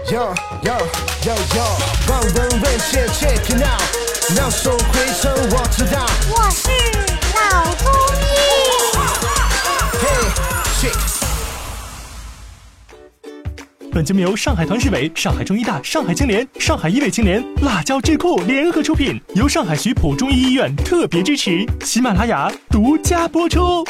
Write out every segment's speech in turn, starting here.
Yo yo yo yo， 望闻问切 check it out， 秒速回程我知道。 我是老中医。 Hey check。 本节目由上海团市委、上海中医大、上海青联、上海医卫青联、辣椒智库联合出品，由上海徐浦中医医院特别支持，喜马拉雅独家播出。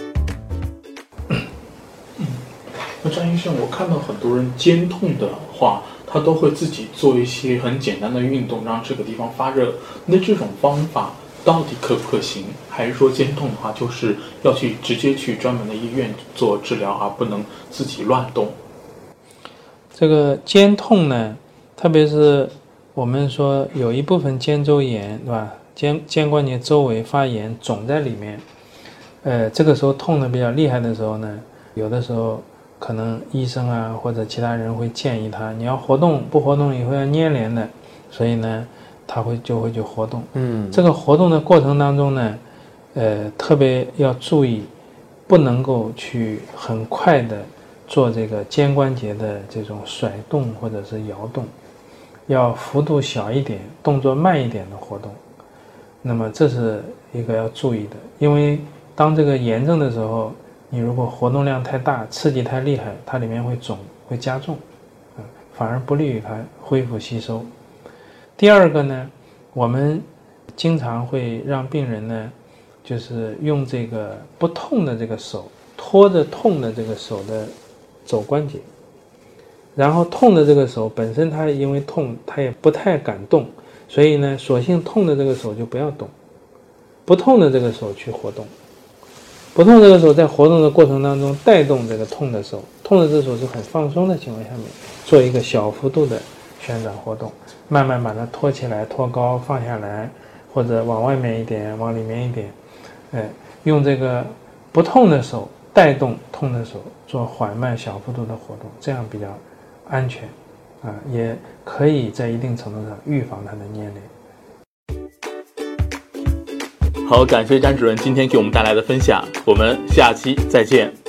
那张医生，我看到很多人肩痛的话，他都会自己做一些很简单的运动，让这个地方发热。那这种方法到底可不可行？还是说肩痛的话，就是要直接去专门的医院做治疗，而不能自己乱动？ 这个肩痛呢，特别是我们说有一部分肩周炎，对吧？肩关节周围发炎肿在里面，这个时候痛得比较厉害的时候呢，有的时候可能医生啊或者其他人会建议他，你要活动，不活动以后要粘连的，所以呢，他就会去活动。这个活动的过程当中呢，特别要注意，不能够去很快的做这个肩关节的这种甩动或者是摇动，要幅度小一点，动作慢一点的活动。那么这是一个要注意的，因为当这个炎症的时候，你如果活动量太大，刺激太厉害，它里面会肿，会加重，反而不利于它恢复吸收。第二个呢，我们经常会让病人呢，就是用这个不痛的这个手拖着痛的这个手的肘关节，然后痛的这个手本身它因为痛，它也不太敢动，所以呢，索性痛的这个手就不要动，不痛的这个手去活动。不痛这个手在活动的过程当中带动这个痛的手，痛的这手是很放松的情况下面，做一个小幅度的旋转活动，慢慢把它拖起来，拖高，放下来，或者往外面一点，往里面一点，用这个不痛的手带动痛的手做缓慢小幅度的活动，这样比较安全也可以在一定程度上预防它的粘连。 好，感谢詹主任今天给我们带来的分享，我们下期再见。